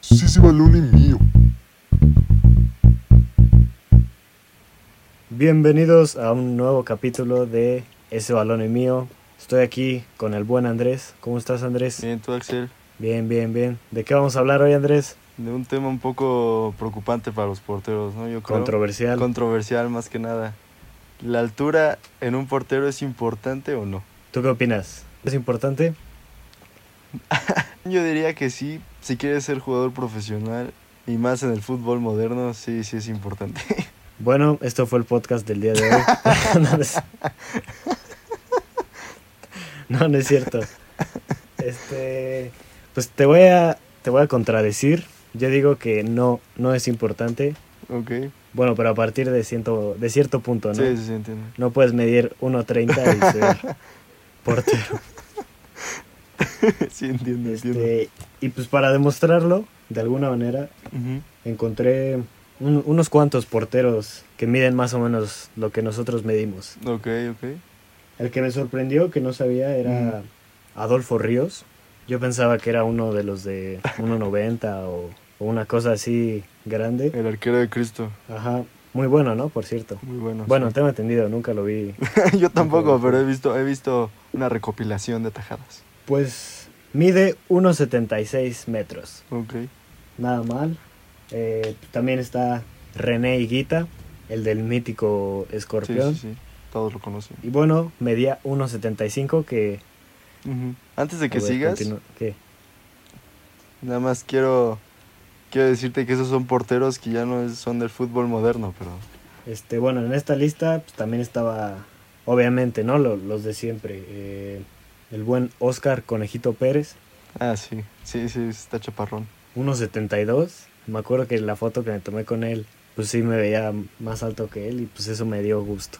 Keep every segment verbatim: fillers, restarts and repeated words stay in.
Sí, ese balón es mío. Bienvenidos a un nuevo capítulo de Ese balón es mío. Estoy aquí con el buen Andrés. ¿Cómo estás, Andrés? Bien, tú, Axel, Bien, bien, bien. ¿De qué vamos a hablar hoy, Andrés? de un tema un poco preocupante para los porteros, ¿no? Yo creo. Controversial. Controversial más que nada. ¿La altura en un portero es importante o no? ¿Tú qué opinas? ¿Es importante? Yo diría que sí, si quieres ser jugador profesional y más en el fútbol moderno, sí, sí es importante. Bueno, esto fue el podcast del día de hoy. no, no, es... no, no es cierto. Este, pues te voy a, te voy a contradecir. Yo digo que no, no es importante. Ok. Bueno, pero a partir de, ciento, de cierto punto, ¿no? Sí, sí, sí, entiendo. No puedes medir uno treinta y ser portero. Sí, entiendo, entiendo. Este, y pues para demostrarlo, de alguna manera, Ujú. encontré un- unos cuantos porteros que miden más o menos lo que nosotros medimos. Ok, ok. El que me sorprendió, que no sabía, era Adolfo Ríos. Yo pensaba que era uno de los de uno noventa o, o una cosa así grande. El arquero de Cristo. Ajá, muy bueno, ¿no? Por cierto. Muy bueno. Bueno, sí. tengo entendido, nunca lo vi. Yo tampoco, Nunca lo pero he vi. visto, he visto una recopilación de tajadas. Pues mide uno setenta y seis metros. Ok. Nada mal. Eh, también está René Higuita, el del mítico Sí, Escorpión. sí, sí. Todos lo conocen. Y bueno, medía uno setenta y cinco que... Ujú. Antes de que a ver, sigas, continúa. ¿Qué? nada más quiero, quiero decirte que esos son porteros que ya no es- son del fútbol moderno, pero... Este, bueno, en esta lista pues, también estaba, obviamente, ¿no? Lo- los de siempre. Eh, el buen Oscar Conejito Pérez, Ah, sí, sí, sí, está chaparrón. uno setenta y dos. Me acuerdo que la foto que me tomé con él, pues sí me veía más alto que él y pues eso me dio gusto.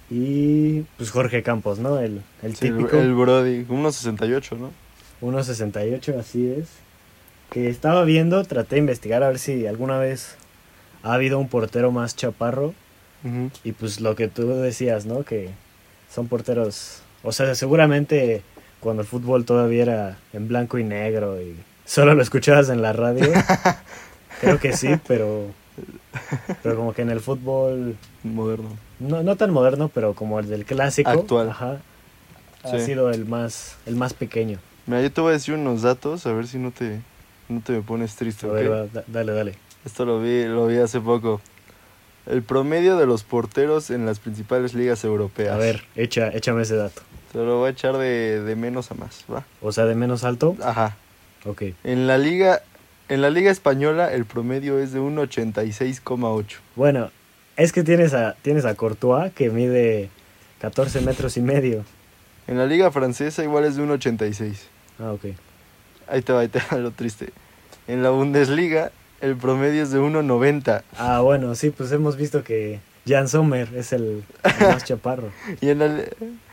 Y pues Jorge Campos, ¿no? El, el Sí, el, típico. el Brody, uno sesenta y ocho, ¿no? uno sesenta y ocho, así es. Que estaba viendo, traté de investigar a ver si alguna vez ha habido un portero más chaparro. Ujú. Y pues lo que tú decías, ¿no? Que son porteros... O sea, seguramente cuando el fútbol todavía era en blanco y negro y solo lo escuchabas en la radio. Creo que sí, pero... Pero como que en el fútbol... Moderno. No, no tan moderno, pero como el del clásico. Actual. Ajá. Ha Sí. sido el más, el más pequeño. Mira, yo te voy a decir unos datos, a ver si no te, no te me pones triste, A ¿ok? ver, va, da- dale, dale. Esto lo vi, lo vi hace poco. El promedio de los porteros en las principales ligas europeas. A ver, echa, échame ese dato. Te lo voy a echar de, de menos a más, ¿va? O sea, de menos alto. Ajá. Ok. En la liga, en la liga española el promedio es de uno ochenta y seis coma ocho. Bueno, es que tienes a, tienes a Courtois que mide catorce metros y medio. En la liga francesa igual es de uno ochenta y seis. Ah, ok. Ahí te va, ahí te va lo triste. En la Bundesliga el promedio es de uno noventa. Ah, bueno, sí, pues hemos visto que Jan Sommer es el, el más chaparro. Y en la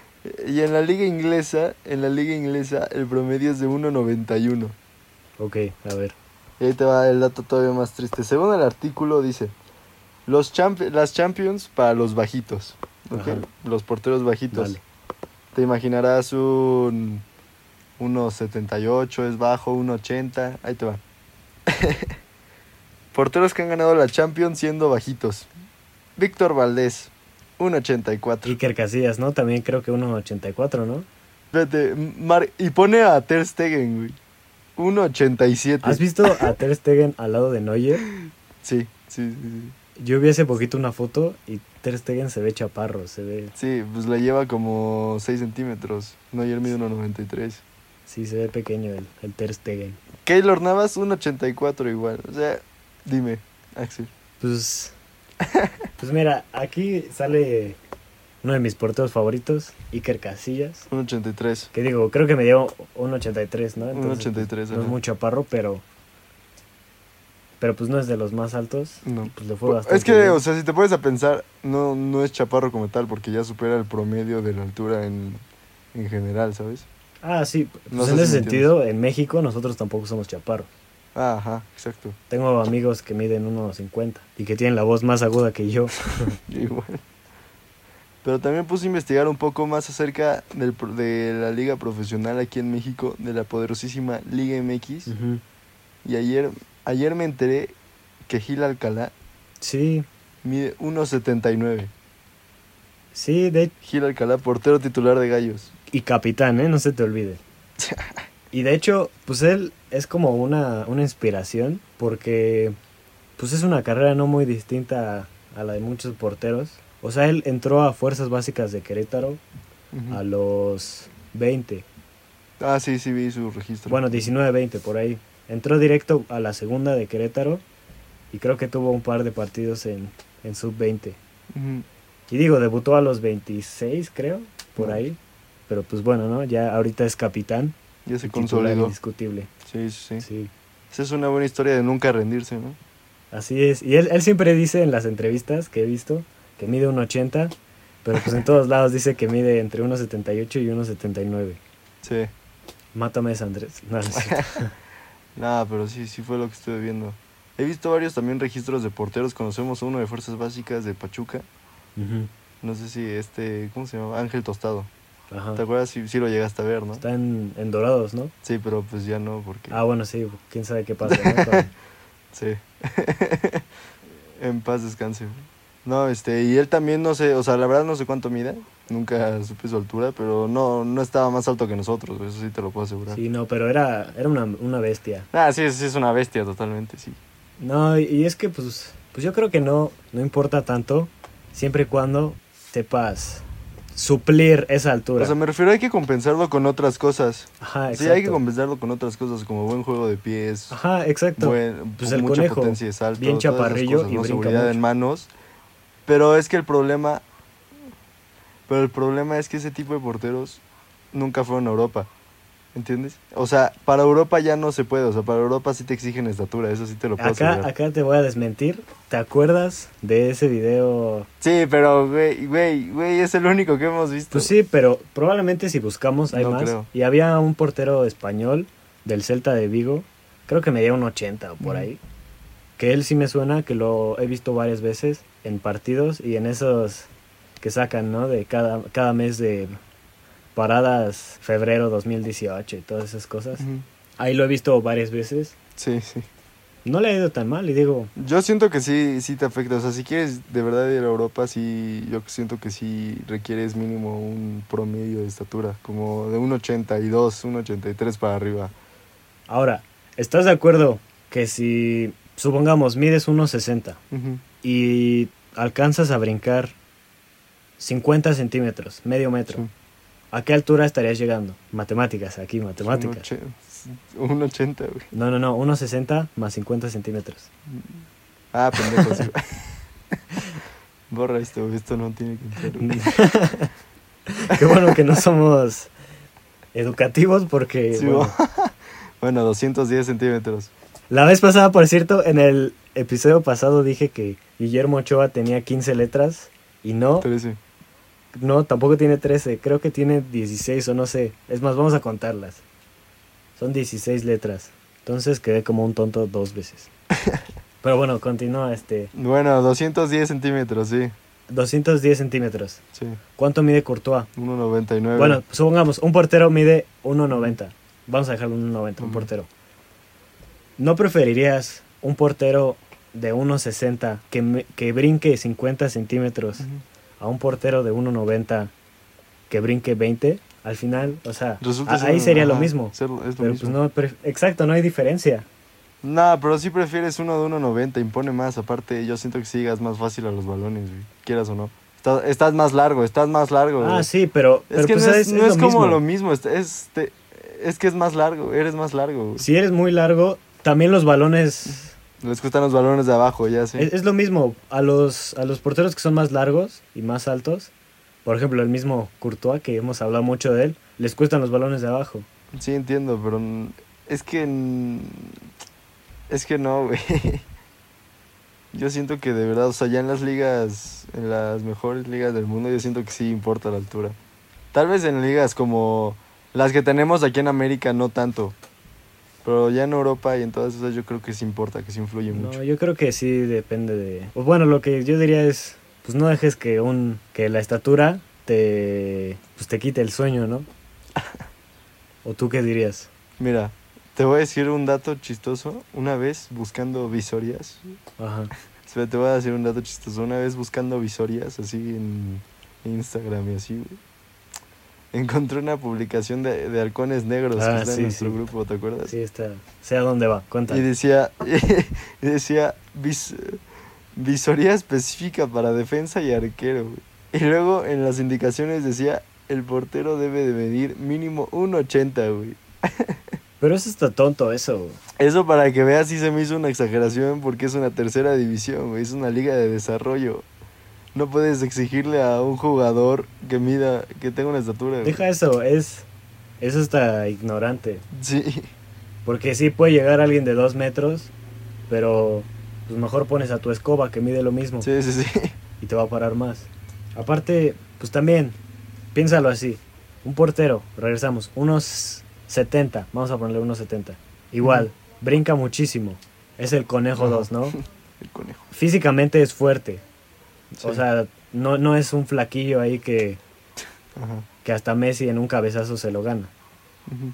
y en la liga inglesa, en la liga inglesa el promedio es de uno noventa y uno. Ok, a ver. Y ahí te va el dato todavía más triste. Según el artículo dice, los champ- las Champions para los bajitos, ¿ok? Ajá. Los porteros bajitos. Dale. Te imaginarás un uno setenta y ocho es bajo, uno ochenta, ahí te va. Porteros que han ganado la Champions siendo bajitos. Víctor Valdés, uno ochenta y cuatro. Iker Casillas, ¿no? También creo que uno ochenta y cuatro, ¿no? Vete, Mar- y pone a Ter Stegen, güey. uno ochenta y siete. ¿Has visto a Ter Stegen al lado de Neuer? Sí, sí, sí, sí. Yo vi hace poquito una foto y Ter Stegen se ve chaparro, se ve... Sí, pues le lleva como seis centímetros. No, ayer mide uno noventa y tres. Sí, se ve pequeño el, el Ter Stegen. Keylor Navas, uno ochenta y cuatro igual. O sea, dime, Axel. Pues... Pues mira, aquí sale uno de mis porteros favoritos, Iker Casillas. uno ochenta y tres. Que digo, creo que me dio un ochenta y tres, ¿no? uno ochenta y tres, pues, no es ajá. muy chaparro, pero... Pero pues no es de los más altos. No. Y, pues le fue bastante Es que, bien. o sea, si te pones a pensar, no, no es chaparro como tal, porque ya supera el promedio de la altura en, en general, ¿sabes? Ah, sí. Pues No sé en si ese me sentido, en México nosotros tampoco somos chaparros. Ah, ajá, exacto. Tengo amigos que miden uno cincuenta y que tienen la voz más aguda que yo. Igual. Pero también puse a investigar un poco más acerca del, pro- de la liga profesional aquí en México, de la poderosísima Liga M X. Ujú. Y ayer, ayer me enteré que Gil Alcalá Sí, mide uno setenta y nueve. sí, de, Gil Alcalá, portero titular de Gallos. y capitán, ¿eh? No se te olvide. Y de hecho, pues él es como una, una inspiración porque pues es una carrera no muy distinta a, a la de muchos porteros. O sea, él entró a Fuerzas Básicas de Querétaro Ujú. a los veinte. Ah, sí, sí vi su registro. Bueno, diecinueve, veinte, por ahí. Entró directo a la segunda de Querétaro y creo que tuvo un par de partidos en, en sub veinte. Ujú. Y digo, debutó a los veintiséis, creo, por No. ahí. Pero pues bueno, ¿no? Ya ahorita es capitán. Ya se y titular consolidó. indiscutible. Sí, sí, sí. Sí, Esa es una buena historia de nunca rendirse, ¿no? así es. Y él, él siempre dice en las entrevistas que he visto que mide uno ochenta, pero pues en todos lados dice que mide entre uno setenta y ocho y uno setenta y nueve. Sí. Mátame esa, Andrés. No, no es cierto. Nada, pero sí, sí fue lo que estuve viendo. He visto varios también registros de porteros. Conocemos a uno de Fuerzas Básicas de Pachuca. Ujú. No sé si este, ¿cómo se llama? Ángel Tostado. Ajá. ¿Te acuerdas? Sí, sí lo llegaste a ver, ¿no? Está en, en Dorados, ¿no? Sí, pero pues ya no, porque... Ah, bueno, sí, quién sabe qué pasa, ¿no? Con- Sí. En paz descanse. No, este, y él también no sé, o sea, la verdad no sé cuánto mide. Nunca supe su altura, pero no, no estaba más alto que nosotros, eso sí te lo puedo asegurar. Sí, no, pero era, era una, una bestia. Ah, sí, sí es una bestia totalmente, sí. No, y, y es que pues, pues yo creo que no, no importa tanto, siempre y cuando sepas suplir esa altura. O sea, me refiero, hay que compensarlo con otras cosas. Ajá, Sí, exacto. hay que compensarlo con otras cosas, como buen juego de pies, Ajá, exacto. buen, Pues el mucha conejo, potencia de salto, bien todas esas chaparrillo cosas, y ¿no? brinca Seguridad mucho. en manos. Pero es que el problema, pero el problema es que ese tipo de porteros nunca fueron a Europa, ¿entiendes? O sea, para Europa ya no se puede, o sea, para Europa sí te exigen estatura, eso sí te lo puedo Acá, asegurar. acá te voy a desmentir. ¿Te acuerdas de ese video? Sí, pero güey, güey, güey, es el único que hemos visto. Pues sí, pero probablemente si buscamos hay No más. creo. Y había un portero español del Celta de Vigo, creo que medía un ochenta o por Ujú. ahí. Que él sí me suena, que lo he visto varias veces en partidos y en esos que sacan, ¿no? De cada, cada mes de paradas, febrero dos mil dieciocho y todas esas cosas. Ujú. Ahí lo he visto varias veces. Sí, sí. No le ha ido tan mal y digo, Yo siento que sí, sí te afecta. O sea, si quieres de verdad ir a Europa, sí, yo siento que sí requieres mínimo un promedio de estatura, como de un ochenta y dos, un ochenta y tres para arriba. ahora, ¿estás de acuerdo que si, supongamos, mides uno sesenta Ujú. y alcanzas a brincar cincuenta centímetros, medio metro, Sí. ¿a qué altura estarías llegando? Matemáticas, aquí, matemáticas. Un, och- un ochenta, güey. No, no, no, uno sesenta más cincuenta centímetros. Ah, pendejo, sí. Borra esto, güey, esto no tiene que entrar, güey. Qué bueno que no somos educativos porque... Sí, bueno, bo- bueno, doscientos diez centímetros. la vez pasada, por cierto, en el episodio pasado dije que Guillermo Ochoa tenía quince letras y no, trece. no, tampoco tiene trece, creo que tiene dieciséis o no sé. Es más, vamos a contarlas. Son dieciséis letras. Entonces quedé como un tonto dos veces. Pero bueno, continúa este. Bueno, doscientos diez centímetros, sí. doscientos diez centímetros. Sí. ¿Cuánto mide Courtois? uno noventa y nueve. Bueno, supongamos, un portero mide uno noventa. Vamos a dejarlo en uno noventa, un Ujú. portero. ¿No preferirías un portero de uno sesenta que, me- que brinque cincuenta centímetros Ujú. a un portero de uno noventa que brinque veinte? Al final, o sea, Resulta a- ser- ahí sería lo ajá, mismo. ser- es lo Pero mismo. pues no, pref- exacto, no hay diferencia. No, pero sí prefieres uno de uno noventa, impone más. Aparte, yo siento que sí llegas más fácil a los balones, güey, quieras o no. Estás, estás más largo, estás más largo. Ah, güey. sí, pero, pero Es que pues no es, es, no es es lo como mismo. lo mismo, es, es, te- es que es más largo, eres más largo. Güey. Si eres muy largo, también los balones... Les gustan los balones de abajo, ya sé. Es, es lo mismo, a los, a los porteros que son más largos y más altos, por ejemplo el mismo Courtois, que hemos hablado mucho de él, les cuestan los balones de abajo. Sí, entiendo, pero mm, es que... mm, Es que no, güey. Yo siento que de verdad, o sea, ya en las ligas, en las mejores ligas del mundo, yo siento que sí importa la altura. Tal vez en ligas como las que tenemos aquí en América no tanto. Pero ya en Europa y en todas esas yo creo que sí importa, que sí influye mucho. No, yo creo que sí depende de... Pues bueno, lo que yo diría es, pues no dejes que un que la estatura te, pues te quite el sueño, ¿no? ¿O tú qué dirías? Mira, Te voy a decir un dato chistoso. Una vez buscando visorías. Ajá. Espera, te voy a decir un dato chistoso. Una vez buscando visorías así en Instagram y así, güey. Encontré una publicación de, de halcones negros Ah, que está sí, en nuestro sí. grupo, ¿te acuerdas? Sí, está. Sé a dónde va, Y cuéntame. decía, y decía vis- visoría específica para defensa y arquero, güey. Y luego en las indicaciones decía, el portero debe de medir mínimo uno ochenta, güey. Pero eso está tonto, eso. Eso para que veas sí se me hizo una exageración porque es una tercera división, güey. Es una liga de desarrollo. No puedes exigirle a un jugador que mida, que tenga una estatura, güey. Deja eso, es. Eso está ignorante. Sí. Porque sí puede llegar alguien de dos metros, pero pues mejor pones a tu escoba que mide lo mismo Sí, sí, sí. y te va a parar más. Aparte, pues también, piénsalo así. Un portero, regresamos, unos setenta, vamos a ponerle unos setenta. Igual, Ujú. brinca muchísimo. Es el conejo Ajá. dos, ¿no? El conejo. Físicamente es fuerte. Sí. O sea, no, no es un flaquillo ahí que, Ajá. que hasta Messi en un cabezazo se lo gana. Ujú.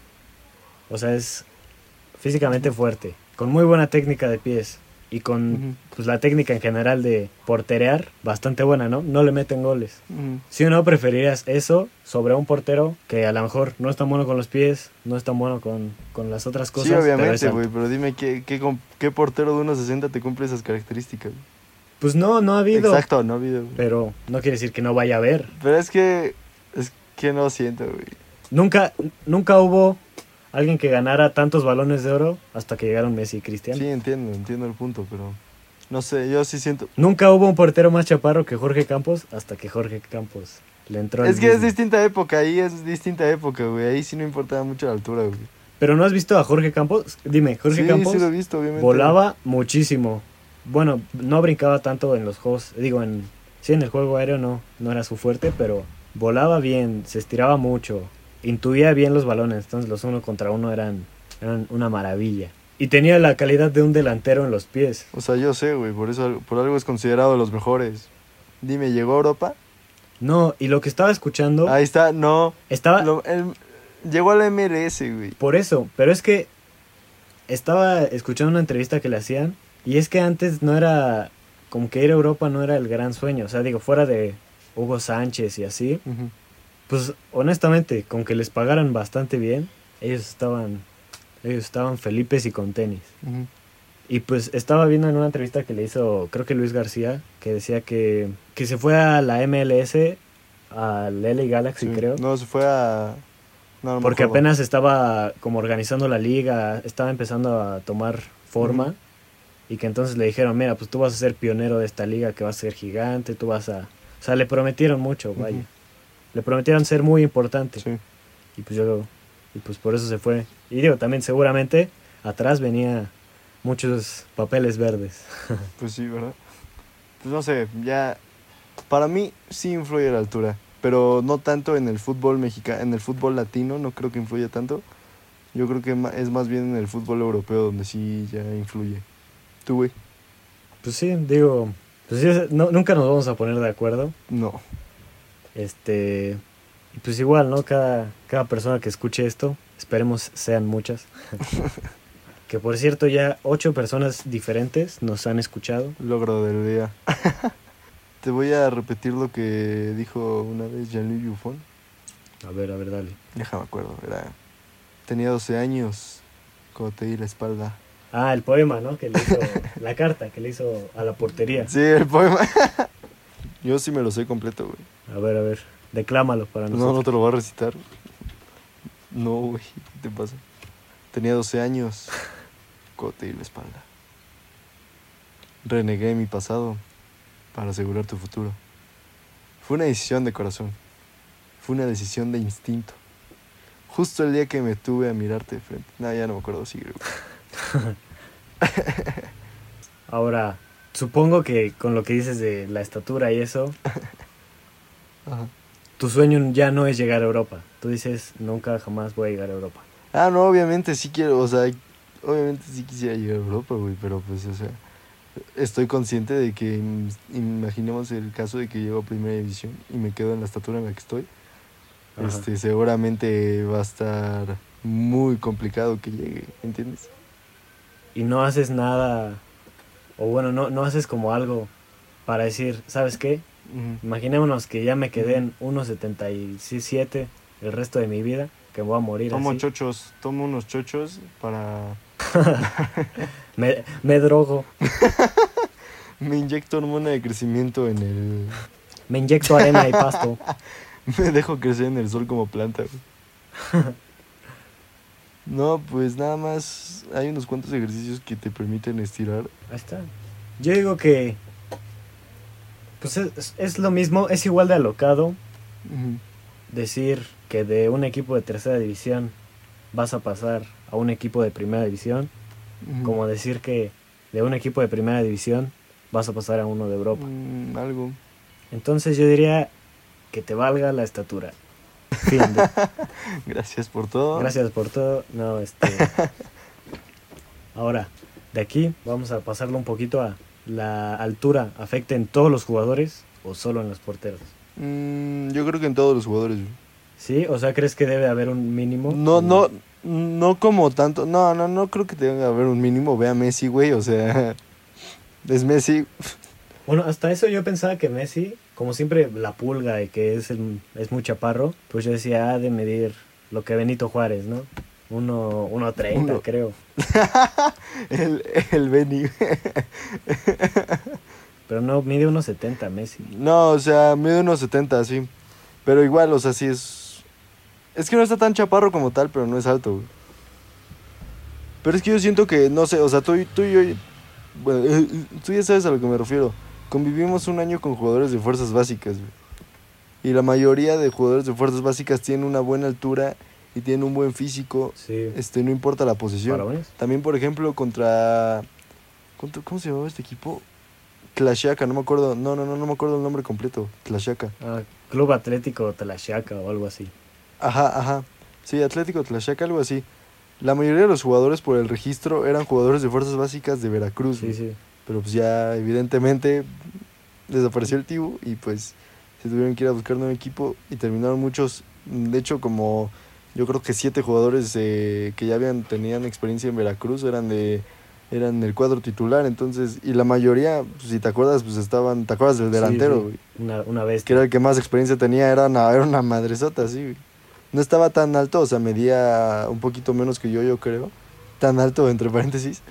O sea, es físicamente fuerte, con muy buena técnica de pies y con Ujú. pues, la técnica en general de porterear bastante buena, ¿no? No le meten goles. Ujú. ¿Sí o no preferirías eso sobre un portero que a lo mejor no es tan bueno con los pies, no es tan bueno con, con las otras cosas? Sí, pero es obviamente, alto? güey, pero dime ¿qué, qué, com- qué portero de uno sesenta te cumple esas características? Pues no, no ha habido. Exacto, no ha habido, güey. Pero no quiere decir que no vaya a haber. Pero es que, es que no siento, güey. Nunca, nunca hubo alguien que ganara tantos balones de oro hasta que llegaron Messi y Cristiano. Sí, entiendo, entiendo el punto, pero no sé, yo sí siento. Nunca hubo un portero más chaparro que Jorge Campos hasta que Jorge Campos le entró al Es que es business. distinta época, ahí es distinta época, güey. Ahí sí no importaba mucho la altura, güey. Pero ¿no has visto a Jorge Campos? Dime, Jorge Sí, Campos sí lo he visto, obviamente. volaba muchísimo. Bueno, no brincaba tanto en los juegos, digo, en sí, en el juego aéreo no, no era su fuerte, pero volaba bien, se estiraba mucho, intuía bien los balones, entonces los uno contra uno eran, eran una maravilla. Y tenía la calidad de un delantero en los pies. O sea, yo sé, güey, por eso, por algo es considerado de los mejores. Dime, ¿llegó a Europa? No, y lo que estaba escuchando, Ahí está, no. estaba Lo- el- llegó a la M L S, güey. por eso, pero es que estaba escuchando una entrevista que le hacían y es que antes no era, como que ir a Europa no era el gran sueño, o sea, digo, fuera de Hugo Sánchez y así, Ujú. pues honestamente, con que les pagaran bastante bien, ellos estaban, ellos estaban felipes y con tenis. Ujú. Y pues estaba viendo en una entrevista que le hizo, creo que Luis García, que decía que, que se fue a la M L S, al L A Galaxy, Sí. creo. No, se fue a... No, no me Porque acuerdo. apenas estaba como organizando la liga, estaba empezando a tomar forma. Ujú. Y que entonces le dijeron, mira, pues tú vas a ser pionero de esta liga que va a ser gigante, tú vas a... O sea, le prometieron mucho, vaya. Ujú. Le prometieron ser muy importante. Sí. Y pues yo... Y pues por eso se fue. Y digo, también seguramente atrás venía muchos papeles verdes. Pues sí, ¿verdad? Pues no sé, ya... Para mí sí influye la altura, pero no tanto en el fútbol mexicano, en el fútbol latino no creo que influya tanto. Yo creo que ma- es más bien en el fútbol europeo donde sí ya influye. ¿Tú, güey? Pues sí, digo... Pues sí, no, nunca nos vamos a poner de acuerdo. No. Este... Y pues igual, ¿no? Cada, cada persona que escuche esto, esperemos sean muchas. Que por cierto, ya ocho personas diferentes nos han escuchado. Logro del día. Te voy a repetir lo que dijo una vez Jean-Louis Buffon. A ver, a ver, dale. Déjame acuerdo, era... Tenía doce años cuando te di la espalda. Ah, el poema, ¿no? Que le hizo, la carta que le hizo a la portería. Sí, el poema. Yo sí me lo sé completo, güey. A ver, a ver, declámalo para No, nosotros. no te lo voy a recitar. No, güey, ¿qué te pasa? Tenía doce años cuando te di la espalda. Renegué de mi pasado para asegurar tu futuro. Fue una decisión de corazón. Fue una decisión de instinto. Justo el día que me tuve a mirarte de frente. No, ya no me acuerdo si Ahora, supongo que con lo que dices de la estatura y eso, Ajá. tu sueño ya no es llegar a Europa. Tú dices, nunca jamás voy a llegar a Europa. Ah, no, obviamente sí quiero, o sea, obviamente sí quisiera llegar a Europa, güey, pero pues, o sea, estoy consciente de que im- imaginemos el caso de que llego a primera división y me quedo en la estatura en la que estoy. Ajá. Este, seguramente va a estar muy complicado que llegue, ¿entiendes? Y no haces nada, o bueno, no, no haces como algo para decir, ¿sabes qué? Ujú. Imaginémonos que ya me quedé Ujú. en uno setenta y siete el resto de mi vida, que me voy a morir Tomo así. chochos, tomo unos chochos para... Me, me drogo, Me inyecto hormona de crecimiento en el... me inyecto arena y pasto. Me dejo crecer en el sol como planta, güey. No, pues nada más hay unos cuantos ejercicios que te permiten estirar. Ahí está. Yo digo que pues es, es lo mismo, es igual de alocado Ujú. decir que de un equipo de tercera división vas a pasar a un equipo de primera división, Ujú. como decir que de un equipo de primera división vas a pasar a uno de Europa. Mm, algo. Entonces yo diría que te valga la estatura. Fin de- Gracias por todo. Gracias por todo. No, este. Ahora, de aquí vamos a pasarlo un poquito a la altura. ¿Afecta en todos los jugadores o solo en los porteros? Mm, yo creo que en todos los jugadores, güey. ¿Sí? O sea, ¿crees que debe haber un mínimo? No, en- no, no como tanto. No, no, no creo que tenga que haber un mínimo. Ve a Messi, güey. O sea, es Messi. Bueno, hasta eso yo pensaba que Messi, como siempre la pulga y que es, el, es muy chaparro, pues yo decía, ha de medir lo que Benito Juárez, ¿no? Uno, uno treinta, Uno. creo. El, el Benny. Pero no, mide uno setenta Messi. No, o sea, mide unos setenta, sí. Pero igual, o sea, sí es. Es que no está tan chaparro como tal, pero no es alto, güey. Pero es que yo siento que, no sé, o sea, tú, y- tú y yo. Bueno, tú ya sabes a lo que me refiero. Convivimos un año con jugadores de fuerzas básicas, güey. Y la mayoría de jugadores de fuerzas básicas tienen una buena altura y tienen un buen físico. Sí. Este, no importa la posición. ¿Varones? También, por ejemplo, contra. contra- ¿Cómo se llamaba este equipo? Tlaxiaca, no me acuerdo. No, no, no, no me acuerdo el nombre completo. Tlaxiaca. Ah, Club Atlético Tlaxiaca o algo así. Ajá, ajá. Sí, Atlético Tlaxiaca, algo así. La mayoría de los jugadores por el registro eran jugadores de fuerzas básicas de Veracruz, Sí, güey. sí. Pero pues ya evidentemente desapareció el Tibu y pues se tuvieron que ir a buscar un nuevo equipo y terminaron muchos, de hecho como yo creo que siete jugadores eh, que ya habían tenían experiencia en Veracruz eran de eran del cuadro titular, entonces y la mayoría, pues, si te acuerdas, pues estaban, ¿te acuerdas del delantero, Sí, güey? sí. Una, una Que bestia. era el que más experiencia tenía, era una, era una madresota, sí, güey. No estaba tan alto, o sea, medía un poquito menos que yo, yo creo. Tan alto, entre paréntesis.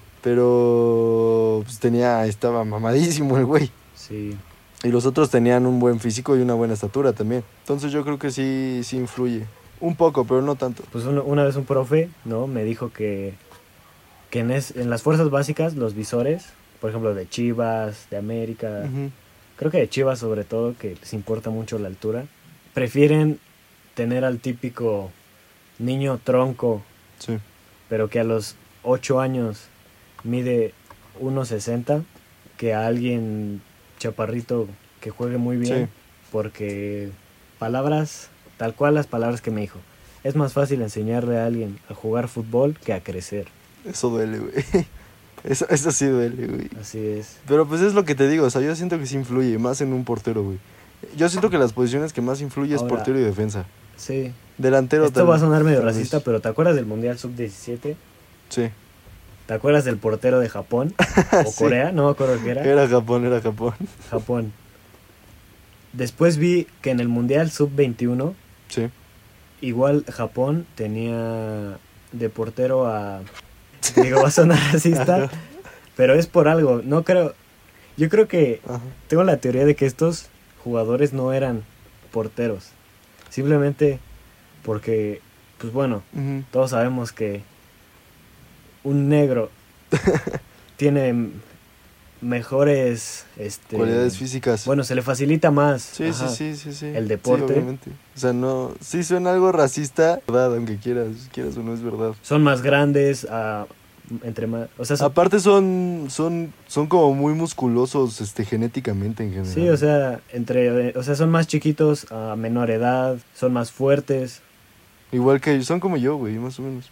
Pero pues tenía, estaba mamadísimo el güey. Sí. Y los otros tenían un buen físico y una buena estatura también. Entonces yo creo que sí, sí influye. Un poco, pero no tanto. Pues uno- una vez un profe, ¿no? Me dijo que, que en, es- en las fuerzas básicas, los visores, por ejemplo, de Chivas, de América, Ujú. creo que de Chivas sobre todo, que les importa mucho la altura, prefieren tener al típico niño tronco, Sí. pero que a los ocho años mide uno sesenta, que a alguien chaparrito que juegue muy bien, Sí. porque palabras, tal cual las palabras que me dijo, es más fácil enseñarle a alguien a jugar fútbol que a crecer. Eso duele, güey. Eso, eso sí duele, güey. Así es. Pero pues es lo que te digo, o sea, yo siento que sí influye, más en un portero, güey. Yo siento que las posiciones que más influye es Ahora, portero y defensa. Sí. Delantero Esto tal- va a sonar medio tal vez. racista, pero ¿te acuerdas del Mundial sub diecisiete? Sí. ¿Te acuerdas del portero de Japón? ¿O Sí. Corea? No me acuerdo qué era. Era Japón, era Japón. Japón. Después vi que en el Mundial sub veintiuno, Sí. igual Japón tenía de portero a... Digo, va a sonar racista, Ajá. pero es por algo. No creo... Yo creo que Ajá. tengo la teoría de que estos jugadores no eran porteros. Simplemente porque, pues bueno, Ujú. todos sabemos que un negro tiene m- mejores este Cualidades físicas. bueno, se le facilita más, sí, ajá, sí, sí, sí, sí. el Sí, deporte. obviamente. O sea, no, sí suena algo racista, verdad, aunque quieras, quieras o no es verdad. son más grandes, ah, entre más, o sea, son- Aparte son, son, son como muy musculosos, este, genéticamente en general. sí, o sea, entre, o sea, son más chiquitos a menor edad, son más fuertes. Igual que son como yo, güey, más o menos.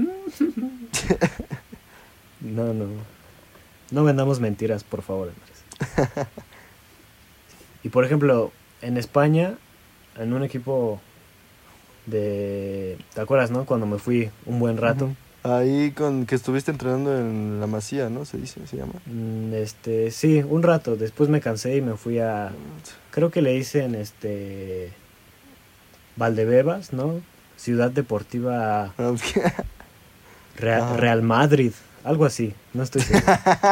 No, no. No vendamos mentiras, por favor, Andrés. Y por ejemplo, en España, en un equipo de... ¿Te acuerdas, no? Cuando me fui un buen rato. Ujú. Ahí con que estuviste entrenando en la Masía, ¿no? Se dice, se llama. Mm, Este, sí, un rato. Después me cansé y me fui a... Creo que le dicen, este... Valdebebas, ¿no? Ciudad Deportiva Ah, Rea- Ajá. Real Madrid. Algo así. No estoy seguro.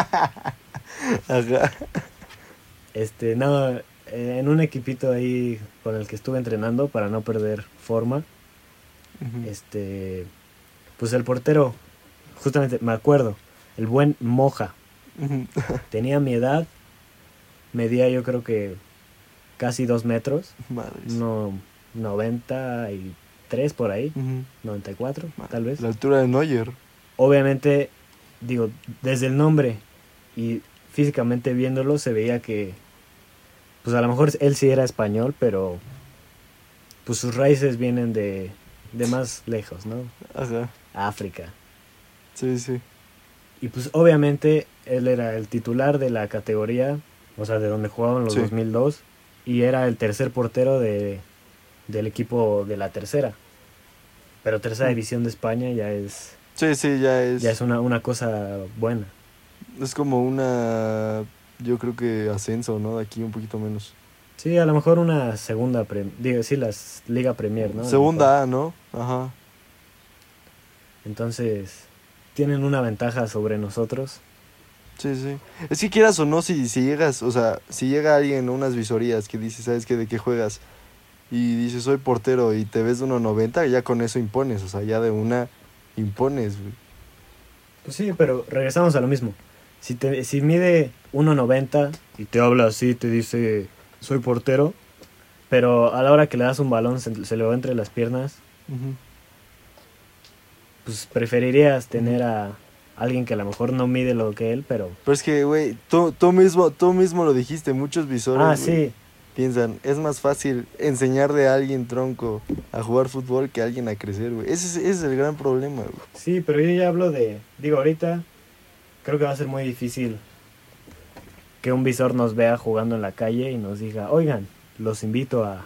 Ajá. Este, no, eh, en un equipito ahí con el que estuve entrenando para no perder forma. Ujú. Este, pues el portero, justamente me acuerdo, el buen Moja, Ujú. tenía mi edad, medía yo creo que casi dos metros, Madres. no, noventa y tres por ahí, Ujú. noventa y cuatro tal vez. La altura de Neuer. Obviamente, digo, desde el nombre y físicamente viéndolo se veía que, pues a lo mejor él sí era español, pero pues sus raíces vienen de, de más lejos, ¿no? Ajá. África. Sí, sí. Y pues obviamente él era el titular de la categoría, o sea, de donde jugaban los Sí. dos mil dos, y era el tercer portero de, del equipo de la tercera. Pero tercera Mm. división de España ya es, Sí, sí, ya es. ya es una, una cosa buena. Es como una. Yo creo que ascenso, ¿no? De aquí un poquito menos. Sí, a lo mejor una segunda, pre- digo, sí, la Liga Premier, ¿no? A lo mejor. Segunda A, ¿no? Ajá. Entonces, tienen una ventaja sobre nosotros. Sí, sí. Es que quieras o no, si, si llegas, o sea, si llega alguien a unas visorías que dice, ¿sabes qué? ¿De qué juegas? Y dice, soy portero y te ves de uno noventa, ya con eso impones, o sea, ya de una impones, güey. Pues sí, pero regresamos a lo mismo. Si, te, si mide uno noventa y te habla así, te dice, soy portero, pero a la hora que le das un balón se, se le va entre las piernas, Ujú. pues preferirías tener a alguien que a lo mejor no mide lo que él, pero... Pero es que, güey, tú, tú mismo, tú mismo lo dijiste, muchos visores, Ah, güey, sí, piensan, es más fácil enseñarle a alguien tronco a jugar fútbol que a alguien a crecer, güey. Ese, es- ese es el gran problema, güey. sí, pero yo ya hablo de... Digo, ahorita creo que va a ser muy difícil que un visor nos vea jugando en la calle y nos diga, oigan, los invito a...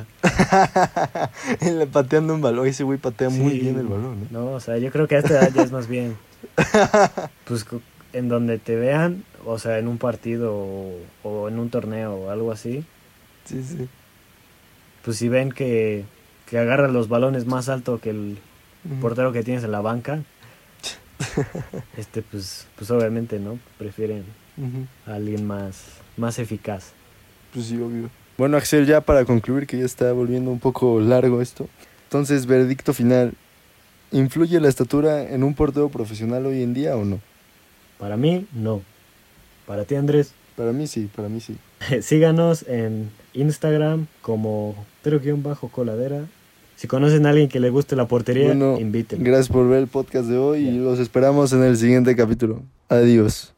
Él pateando un balón, ese güey patea muy Sí, bien el balón, ¿eh? no, o sea, yo creo que a esta edad ya es más bien, pues co- en donde te vean, o sea, en un partido o, o en un torneo o algo así, Sí, sí. pues si ven que, que agarras los balones más alto que el Ujú. portero que tienes en la banca, este, pues, pues obviamente, ¿no? Prefieren Ujú. a alguien más, más eficaz. Pues sí, obvio. Bueno, Axel, ya para concluir, que ya está volviendo un poco largo esto. Entonces, veredicto final. ¿Influye la estatura en un portero profesional hoy en día o no? Para mí, no. Para ti, Andrés, Para mí sí, para mí sí. síganos en Instagram como tero-coladera. Si conocen a alguien que le guste la portería, Bueno, invítenlo. gracias por ver el podcast de hoy y Ya. los esperamos en el siguiente capítulo. Adiós.